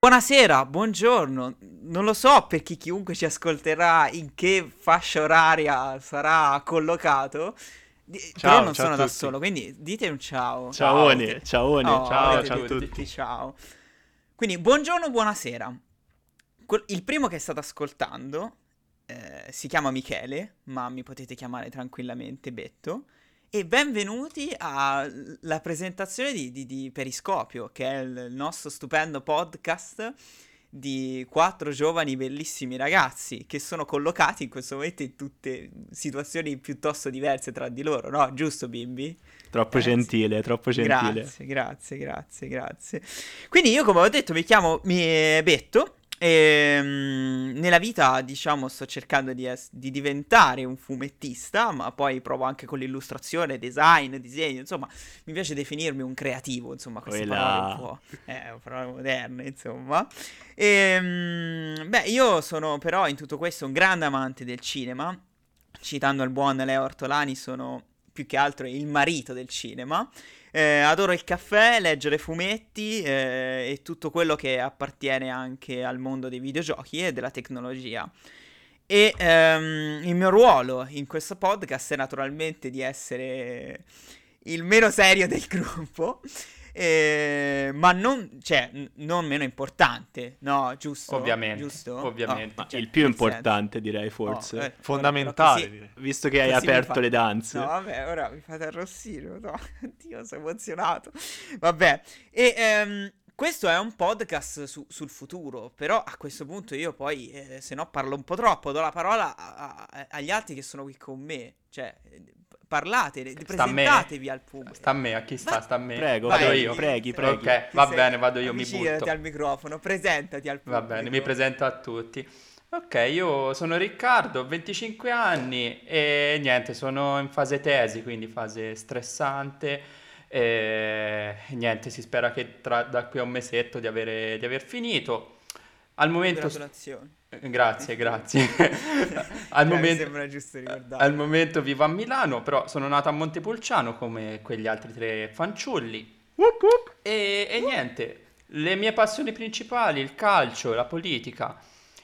Buonasera, buongiorno. Non lo so per chiunque ci ascolterà in che fascia oraria sarà collocato, però Ciao, non ciao a sono da tutti. solo, quindi dite un ciao. Ciao, Ciaone, ciaone, Oh, ciao, avete ciao a detto tutti. tutti ciao. Quindi buongiorno, buonasera. Il primo che state ascoltando si chiama Michele, ma mi potete chiamare tranquillamente Betto. E benvenuti alla presentazione di Periscopio, che è il nostro stupendo podcast di quattro giovani bellissimi ragazzi che sono collocati in questo momento in tutte situazioni piuttosto diverse tra di loro, no? Giusto, bimbi? Troppo Sì. gentile, troppo gentile. Grazie. Quindi io, come ho detto, mi chiamo Betto e nella vita, diciamo, sto cercando di diventare un fumettista, ma poi provo anche con l'illustrazione, design, disegno, insomma, mi piace definirmi un creativo, insomma, queste parole Quella... parole moderne, insomma. Beh, io sono però in tutto questo un grande amante del cinema, citando il buon Leo Ortolani, sono più che altro il marito del cinema. Adoro il caffè, leggere fumetti e tutto quello che appartiene anche al mondo dei videogiochi e della tecnologia. E il mio ruolo in questo podcast è naturalmente di essere il meno serio del gruppo, ma non, cioè, non meno importante, no? Giusto? ovviamente, Giusto? Oh, ovviamente. Ma cioè, il più nel senso. importante, direi, Oh, forse. però Fondamentale, direi. Visto che hai così mi aperto fa... le No, danze. vabbè, ora mi fate arrossire, no? Dio, sono emozionato. Vabbè, e questo è un podcast sul futuro, però a questo punto io poi, se no parlo un po' troppo, do la parola agli altri che sono qui con me. Cioè, parlate, Sta a me? presentatevi al pubblico. Sta a me, a chi sta? Vai, Sta a me. Prego, Vado vai, preghi, io. preghi, preghi. Ok, che va sei, bene, vado io, mi avvicinati butto. al microfono, presentati al Va bene, mi pubblico. presento a tutti. Ok, io sono Riccardo, ho 25 anni e niente, sono in fase tesi, quindi fase stressante. E niente, si spera che da qui a un mesetto di aver finito. Al momento... Congratulazioni. Grazie, grazie. Al Mi momento, sembra giusto al ricordarlo. momento vivo a Milano, però sono nato a Montepulciano come quegli altri tre fanciulli. E niente, le mie passioni principali, il calcio, la politica.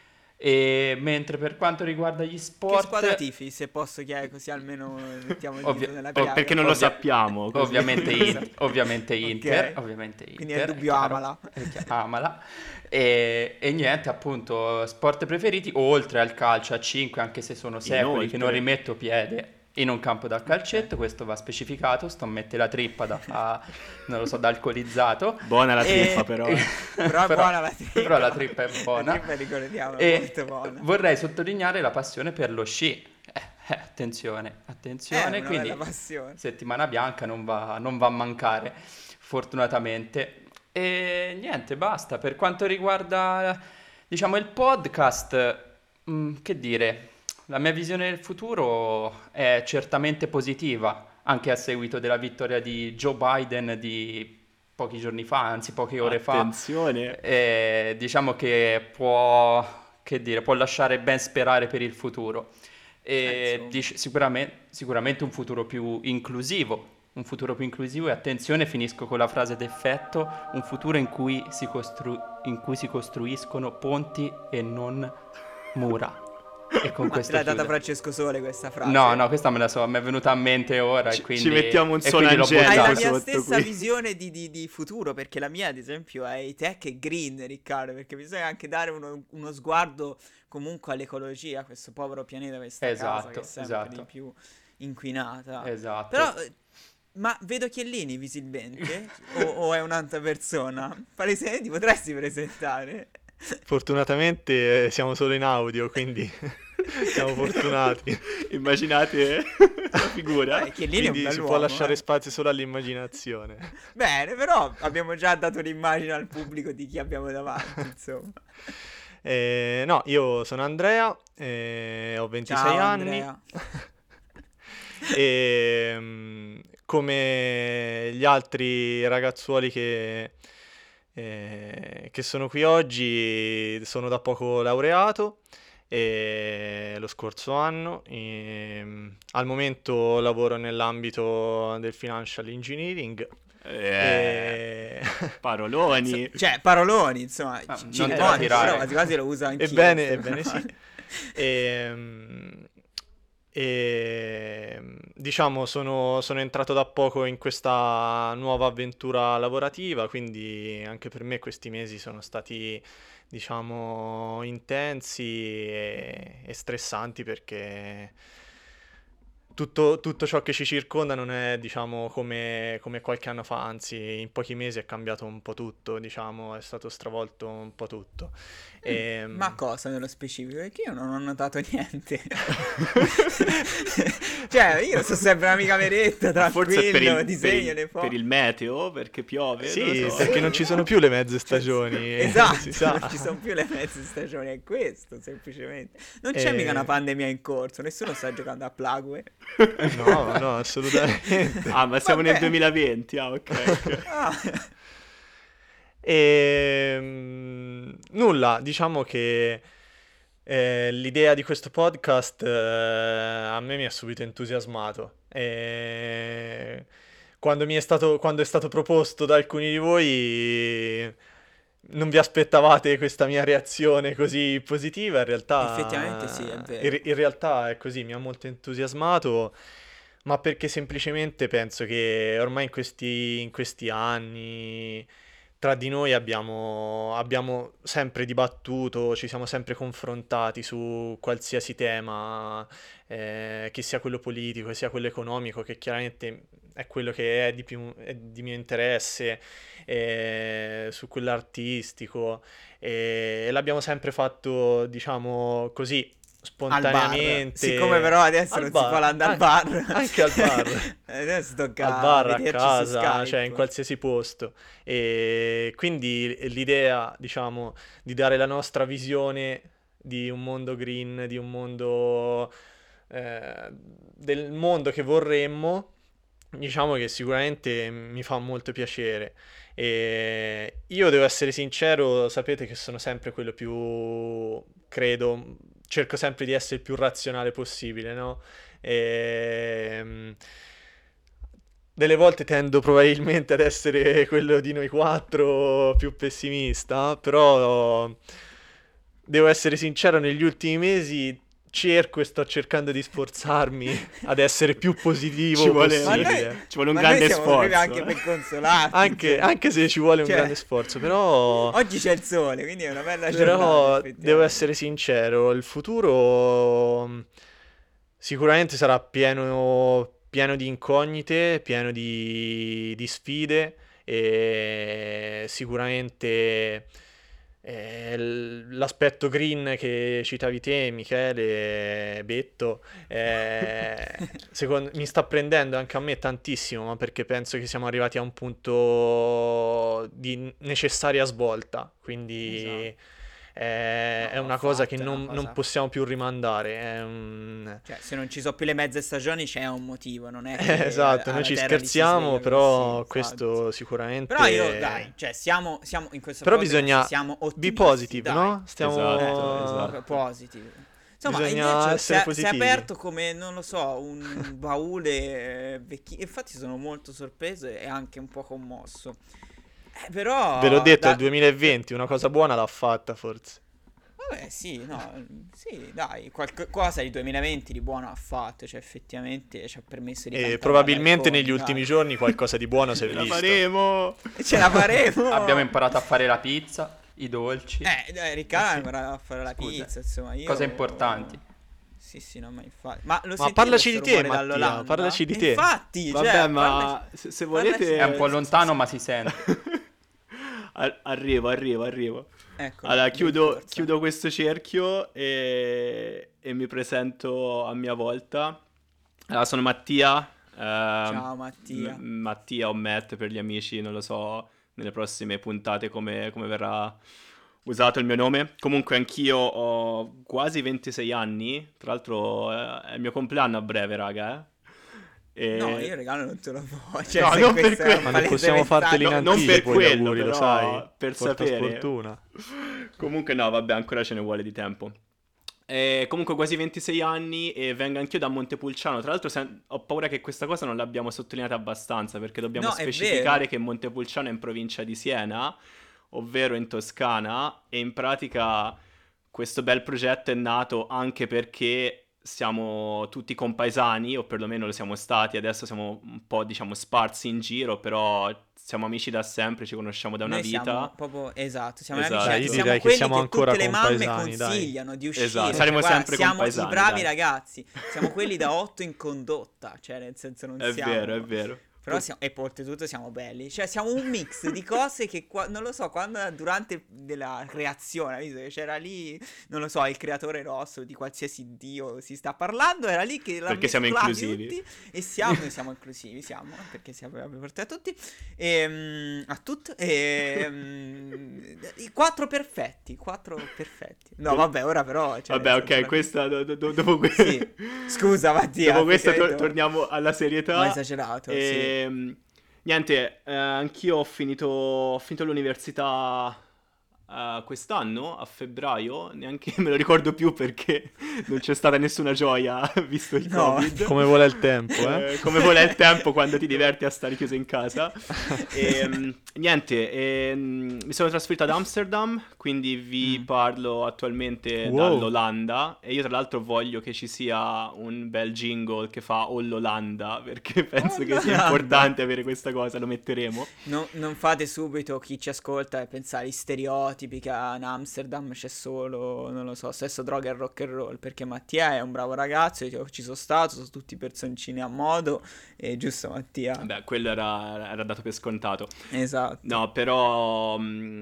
E mentre per quanto riguarda gli Che squadra sport, tifi, se posso chiedere, così almeno mettiamo il ovvia- dito nella Perché piaga. non lo ovvia- sappiamo, così. ovviamente Inter, Ok. ovviamente Quindi è Inter, è dubbio chiaro, Amala. amala. E niente, appunto, sport preferiti, oltre al calcio a 5, anche se sono secoli che non Inoltre, rimetto piede in un campo da Ok. calcetto, questo va specificato, sto a mettere la trippa non lo so, da alcolizzato. buona la trippa E, però, eh. Però è però, buona la però la trippa. trippa è La buona. trippa, ricordiamo, è E molto buona. vorrei sottolineare la passione per lo sci. Attenzione, È attenzione, una bella quindi passione. settimana bianca non va a mancare, fortunatamente. E niente, basta. Per quanto riguarda, diciamo, il podcast, che dire, la mia visione del futuro è certamente positiva, anche a seguito della vittoria di Joe Biden di pochi giorni fa, anzi poche ore fa. Attenzione. Diciamo che dire, può lasciare ben sperare per il futuro. E Insomma. sicuramente un futuro più inclusivo e attenzione, finisco con la frase d'effetto, un futuro in cui si costruiscono ponti e non mura. E con Ma te questo l'ha data chiudo. Francesco Sole questa No, frase? no, questa me la so, mi è venuta a mente ora Ci mettiamo un e suono quindi l'ho Hai la angelico buttata. mia sotto stessa qui. visione di futuro, perché la mia, ad esempio, è tech e green, Riccardo, perché bisogna anche dare uno sguardo comunque all'ecologia, a questo povero pianeta, questa casa che è Esatto, sempre di esatto, più inquinata. Però, esatto. ma vedo Chiellini visibilmente? O è un'altra persona? Palesemente ti potresti presentare? Fortunatamente siamo solo in audio, quindi siamo fortunati. Immaginate la figura. Chiellini è un Quindi si può bell'uomo, lasciare spazio solo all'immaginazione. Bene, però abbiamo già dato l'immagine al pubblico di chi abbiamo davanti, insomma. No, io sono Andrea, ho 26 Ciao anni Andrea. e come gli altri ragazzuoli che sono qui oggi, sono da poco laureato lo scorso anno. Al momento lavoro nell'ambito del financial engineering Paroloni. Cioè, paroloni, insomma, non ci te la buoni, tirare. però quasi quasi lo uso anch'io. Ebbene sì. Diciamo sono entrato da poco in questa nuova avventura lavorativa, quindi anche per me questi mesi sono stati, diciamo, intensi e stressanti, perché tutto ciò che ci circonda non è, diciamo, come qualche anno fa, anzi in pochi mesi è cambiato un po' tutto, diciamo, è stato stravolto un po' tutto. Ma cosa nello specifico? Perché io non ho notato niente. Cioè, io sono sempre una mia cameretta, Forse tranquillo, disegno le foto. per il meteo, perché piove. Sì, non lo so. perché non ci sono più le mezze stagioni. Esatto, si sa. non ci sono più le mezze stagioni, è questo, semplicemente. Non c'è Eh. mica una pandemia in corso, nessuno sta giocando a Plague. No, assolutamente. Ah, ma siamo nel Vabbè. 2020, ok. Ah, Nulla, diciamo che l'idea di questo podcast a me mi ha subito entusiasmato. Quando è stato proposto da alcuni di voi, non vi aspettavate questa mia reazione così positiva. In realtà, Effettivamente sì, è vero. In realtà è così, mi ha molto entusiasmato, ma perché semplicemente penso che ormai in questi anni tra di noi abbiamo sempre dibattuto, ci siamo sempre confrontati su qualsiasi tema, che sia quello politico, che sia quello economico, che chiaramente è quello che è di mio interesse, su quello artistico, e l'abbiamo sempre fatto, diciamo così, al bar. spontaneamente. Siccome però adesso Al non bar, si può andare al bar. anche al bar. Adesso tocca Al bar, a vederci su casa, Skype. cioè in qualsiasi posto. E quindi l'idea, diciamo, di dare la nostra visione di un mondo green, di un mondo, del mondo che vorremmo, diciamo che sicuramente mi fa molto piacere. E io devo essere sincero, sapete che sono sempre quello più, credo, cerco sempre di essere il più razionale possibile, no? Delle volte tendo probabilmente ad essere quello di noi quattro più pessimista, però devo essere sincero, negli ultimi mesi cerco e sto cercando di sforzarmi ad essere più positivo Ci vuole- possibile. Ci vuole un Ma grande noi siamo qui sforzo. anche per consolarti. Anche se ci vuole un Cioè, grande sforzo, però... Oggi c'è il sole, quindi è una bella giornata. Però effettivamente. devo essere sincero, il futuro sicuramente sarà pieno di incognite, pieno di sfide, e sicuramente l'aspetto green che citavi te, Michele, Betto, mi sta prendendo anche a me tantissimo, ma perché penso che siamo arrivati a un punto di necessaria svolta, quindi Esatto. è No, una cosa infatti, che è una non cosa- possiamo più rimandare. È un... Cioè, se non ci sono più le mezze stagioni c'è un motivo, non è che Esatto, alla noi ci Terra gli si scherziamo, sveglia però così, questo esatto. sicuramente... Però io, dai, cioè, siamo in questo Però podcast bisogna siamo be ottimisti, positive, dai. no? Stiamo... Esatto. Positive. Insomma, Bisogna invece essere si è positivi. aperto come, non lo so, un baule vecchio. Infatti sono molto sorpreso e anche un po' commosso. Però... Ve l'ho detto, il 2020 una cosa buona l'ha fatta, forse. Vabbè, sì, no, sì, dai, qualcosa di 2020 di buono ha fatto, cioè effettivamente ci ha permesso di E cantare probabilmente alla negli balcone, ultimi dai. giorni qualcosa di buono si è La visto. faremo. Ce la faremo! Abbiamo imparato a fare la pizza, i dolci. Dai, Riccardo ha imparato a fare la Scusa, pizza, insomma, io... cose importanti. Sì, no, ma infatti... Ma lo Ma sentite parlaci questo di te, rumore Mattia, dall'Olanda? parlaci di te. Infatti, Vabbè, cioè, ma parlaci- se parlaci- volete... È un po' lontano, ma si sente. Arrivo. Ecco, Allora, di forza. chiudo questo cerchio e mi presento a mia volta. Allora, sono Mattia. Ciao Mattia. Mattia o Matt per gli amici, non lo so, nelle prossime puntate come verrà usato il mio nome. Comunque anch'io ho quasi 26 anni, tra l'altro è il mio compleanno a breve, raga, No, io il regalo non te lo voglio. Cioè, No, se non per questo è quello. un Ma non palese possiamo farteli in messaggio- non per anticipo gli quello, auguri, lo però, sai? per Porta sapere. sfortuna. Comunque no, vabbè, ancora ce ne vuole di tempo. Comunque quasi 26 anni e vengo anch'io da Montepulciano. Tra l'altro ho paura che questa cosa non l'abbiamo sottolineata abbastanza, perché dobbiamo No, è specificare vero. che Montepulciano è in provincia di Siena, ovvero in Toscana, e in pratica questo bel progetto è nato anche perché siamo tutti compaesani, o perlomeno lo siamo stati, adesso siamo un po', diciamo, sparsi in giro, però siamo amici da sempre, ci conosciamo da una Noi siamo vita. proprio, esatto, siamo amici, Esatto. Dai, io siamo direi che quelli siamo che ancora tutte le mamme compaesani, dai. consigliano di Esatto, uscire, cioè saremo guarda, sempre siamo i compaesani, bravi dai. ragazzi, siamo quelli da 8 in condotta, cioè nel senso non È vero, è siamo... vero. Però siamo, e oltretutto siamo belli, cioè siamo un mix di cose che non lo so, quando durante della creazione, visto che c'era lì, non lo so, il creatore rosso di qualsiasi dio si sta parlando, era lì che l'ha Perché siamo mescolati inclusivi. tutti e noi siamo inclusivi, siamo, perché siamo aperti a tutti, a tutto, i quattro perfetti, no vabbè, ora però, cioè, nel Vabbè, senso, ok, questa dopo, sì, scusa Mattia, dopo questa effettivamente torniamo alla ho serietà. esagerato, sì. Niente, anch'io ho finito l'università quest'anno, a febbraio, neanche me lo ricordo più perché non c'è stata nessuna gioia visto il No. Covid. Come vuole il tempo, eh? Come vuole il tempo quando ti diverti a stare chiuso in casa. Niente, mi sono trasferito ad Amsterdam, quindi vi parlo attualmente Wow. dall'Olanda e io tra l'altro voglio che ci sia un bel jingle che fa All l'Olanda perché penso che sia l'Olanda. importante avere questa cosa, lo metteremo. Non fate subito chi ci ascolta e pensare agli stereotipi che in Amsterdam c'è solo, non lo so, sesso, droga e rock and roll, perché Mattia è un bravo ragazzo, io ci sono stato, sono tutti personcini a modo, e giusto Mattia? Vabbè, quello era dato per scontato. Esatto. No, però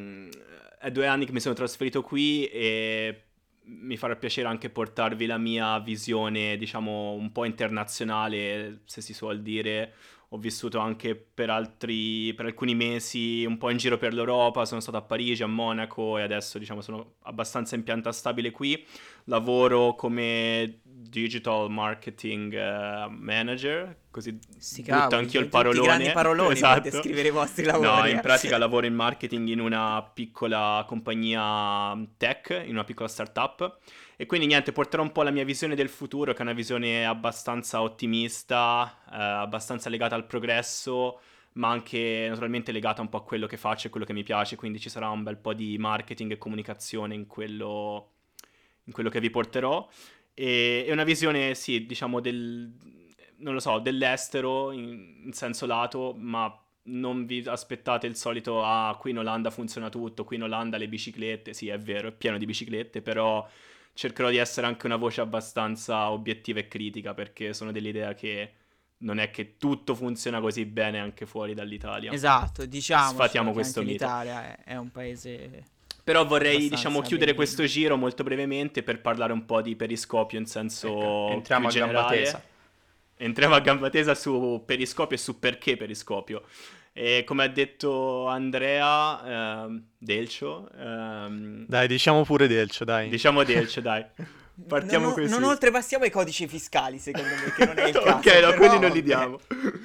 è 2 anni che mi sono trasferito qui e mi farà piacere anche portarvi la mia visione, diciamo, un po' internazionale, se si suol dire. Ho vissuto anche per alcuni mesi un po' in giro per l'Europa, sono stato a Parigi, a Monaco e adesso, diciamo, sono abbastanza in pianta stabile qui. Lavoro come digital marketing manager, così Sti butto cavoli, anch'io il tutti parolone. grandi paroloni Esatto. per descrivere i vostri No, lavori. in pratica lavoro in marketing in una piccola compagnia tech, in una piccola startup. E quindi niente, porterò un po' la mia visione del futuro, che è una visione abbastanza ottimista, abbastanza legata al progresso, ma anche naturalmente legata un po' a quello che faccio e quello che mi piace. Quindi ci sarà un bel po' di marketing e comunicazione in quello che vi porterò. E è una visione, sì, diciamo non lo so, dell'estero in senso lato, ma non vi aspettate il solito, qui in Olanda funziona tutto, qui in Olanda le biciclette, sì è vero, è pieno di biciclette, però cercherò di essere anche una voce abbastanza obiettiva e critica, perché sono dell'idea che non è che tutto funziona così bene anche fuori dall'Italia. Esatto, diciamo Sfatiamo che questo anche mito. l'Italia è un paese Però vorrei, abbastanza diciamo, chiudere bellino. questo giro molto brevemente per parlare un po' di Periscopio in senso Entriamo più a gamba generale. tesa. Entriamo a gamba tesa su Periscopio e su perché Periscopio. E come ha detto Andrea, Delcio, Dai, diciamo pure Delcio, dai. diciamo Delcio, dai. Partiamo così. Non oltrepassiamo i codici fiscali, secondo me, che non è il caso. Ok, no, però quelli non li vabbè. diamo.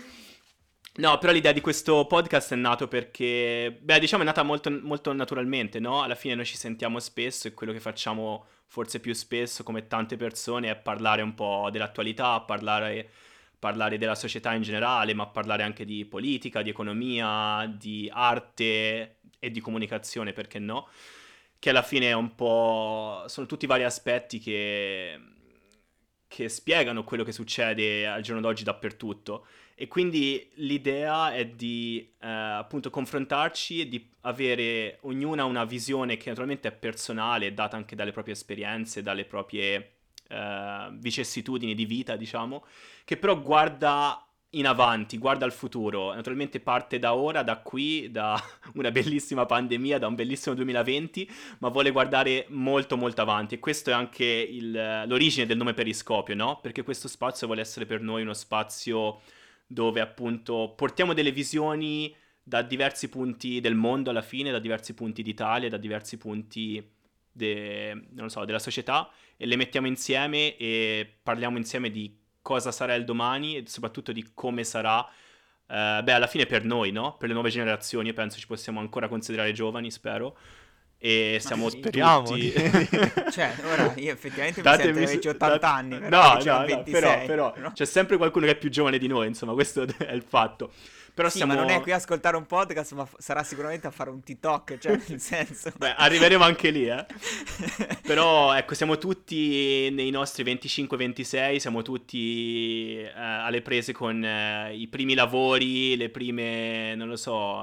No, però l'idea di questo podcast è nato perché, diciamo è nata molto, molto naturalmente, no? Alla fine noi ci sentiamo spesso e quello che facciamo forse più spesso, come tante persone, è parlare un po' dell'attualità, parlare della società in generale, ma parlare anche di politica, di economia, di arte e di comunicazione, perché no? Che alla fine è un po'... sono tutti vari aspetti che spiegano quello che succede al giorno d'oggi dappertutto. E quindi l'idea è di appunto confrontarci e di avere ognuna una visione che naturalmente è personale, data anche dalle proprie esperienze, dalle proprie vicissitudini di vita, diciamo, che però guarda in avanti, guarda al futuro. Naturalmente parte da ora, da qui, da una bellissima pandemia, da un bellissimo 2020, ma vuole guardare molto molto avanti. E questo è anche l'origine del nome Periscopio, no? Perché questo spazio vuole essere per noi uno spazio dove appunto portiamo delle visioni da diversi punti del mondo alla fine, da diversi punti d'Italia, da diversi punti non lo so, della società, e le mettiamo insieme e parliamo insieme di cosa sarà il domani e soprattutto di come sarà alla fine per noi, no? Per le nuove generazioni, io penso ci possiamo ancora considerare giovani, spero. e Ma siamo sì. Speriamo. tutti... Cioè, ora io effettivamente mi sento di Datemi averci su- 80 dat- anni, però No, io ce n'ho no, no, 26, però no? c'è sempre qualcuno che è più giovane di noi, insomma, questo è il fatto. Però Sì, siamo... ma non è qui a ascoltare un podcast, ma sarà sicuramente a fare un TikTok, cioè nel senso... Beh, arriveremo anche lì, eh. Però ecco, siamo tutti nei nostri 25-26, siamo tutti alle prese con i primi lavori, le prime, non lo so,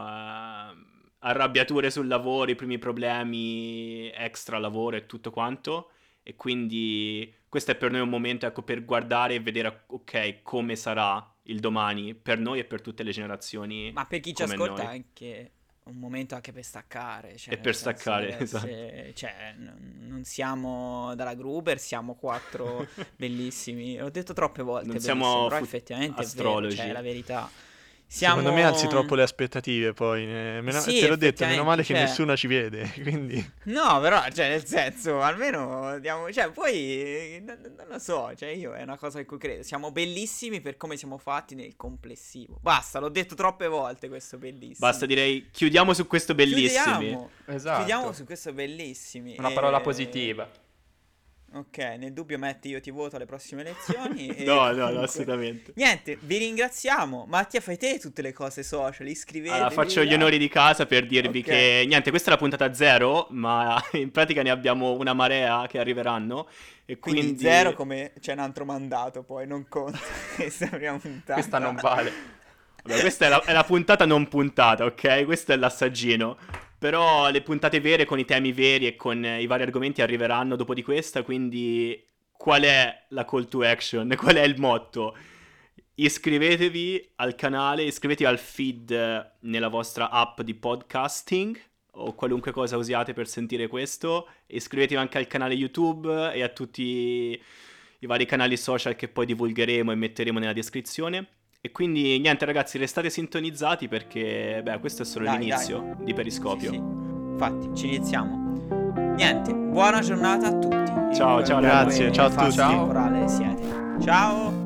arrabbiature sul lavoro, i primi problemi extra lavoro e tutto quanto. E quindi questo è per noi un momento, ecco, per guardare e vedere, ok, come sarà il domani per noi e per tutte le generazioni Ma per chi ci come ascolta è noi. anche un momento anche per staccare, cioè E nel per senso staccare, deve esatto. cioè non siamo dalla Gruber, siamo quattro bellissimi. L'ho detto troppe volte, Non bellissimi, siamo però effettivamente è vero, astrologi. cioè è la verità. Secondo me alzi troppo le aspettative poi. Sì, Te l'ho detto, meno male che effettivamente, cioè... nessuno ci vede, quindi... No, però, cioè, nel senso, almeno diamo, cioè, poi, non lo so, cioè, io è una cosa in cui credo, siamo bellissimi per come siamo fatti nel complessivo. Basta, l'ho detto troppe volte questo bellissimo. Basta, direi, chiudiamo su questo bellissimi. Chiudiamo, Esatto. chiudiamo su questo bellissimi. Una parola positiva. Ok, nel dubbio metti io ti voto alle prossime elezioni. E No, comunque... assolutamente. Niente, vi ringraziamo. Mattia, fai te tutte le cose social, iscrivetevi. Allora, faccio gli onori di casa per dirvi Ok. che, niente, questa è la puntata 0, ma in pratica ne abbiamo una marea che arriveranno. E Quindi quindi... zero come c'è un altro mandato, poi non conta. Questa è la prima puntata. Questa non vale. Vabbè, questa è la puntata non puntata, ok? Questo è l'assaggino. Però le puntate vere con i temi veri e con i vari argomenti arriveranno dopo di questa, quindi qual è la call to action? Qual è il motto? Iscrivetevi al canale, iscrivetevi al feed nella vostra app di podcasting o qualunque cosa usiate per sentire questo. Iscrivetevi anche al canale YouTube e a tutti i vari canali social che poi divulgheremo e metteremo nella descrizione. E quindi niente ragazzi, restate sintonizzati perché beh, questo è solo Dai, l'inizio di Periscopio. Sì, sì. Infatti, ci iniziamo. Niente, buona giornata a tutti. Ciao, ciao, grazie, ciao a tutti. Temporale siete. Ciao.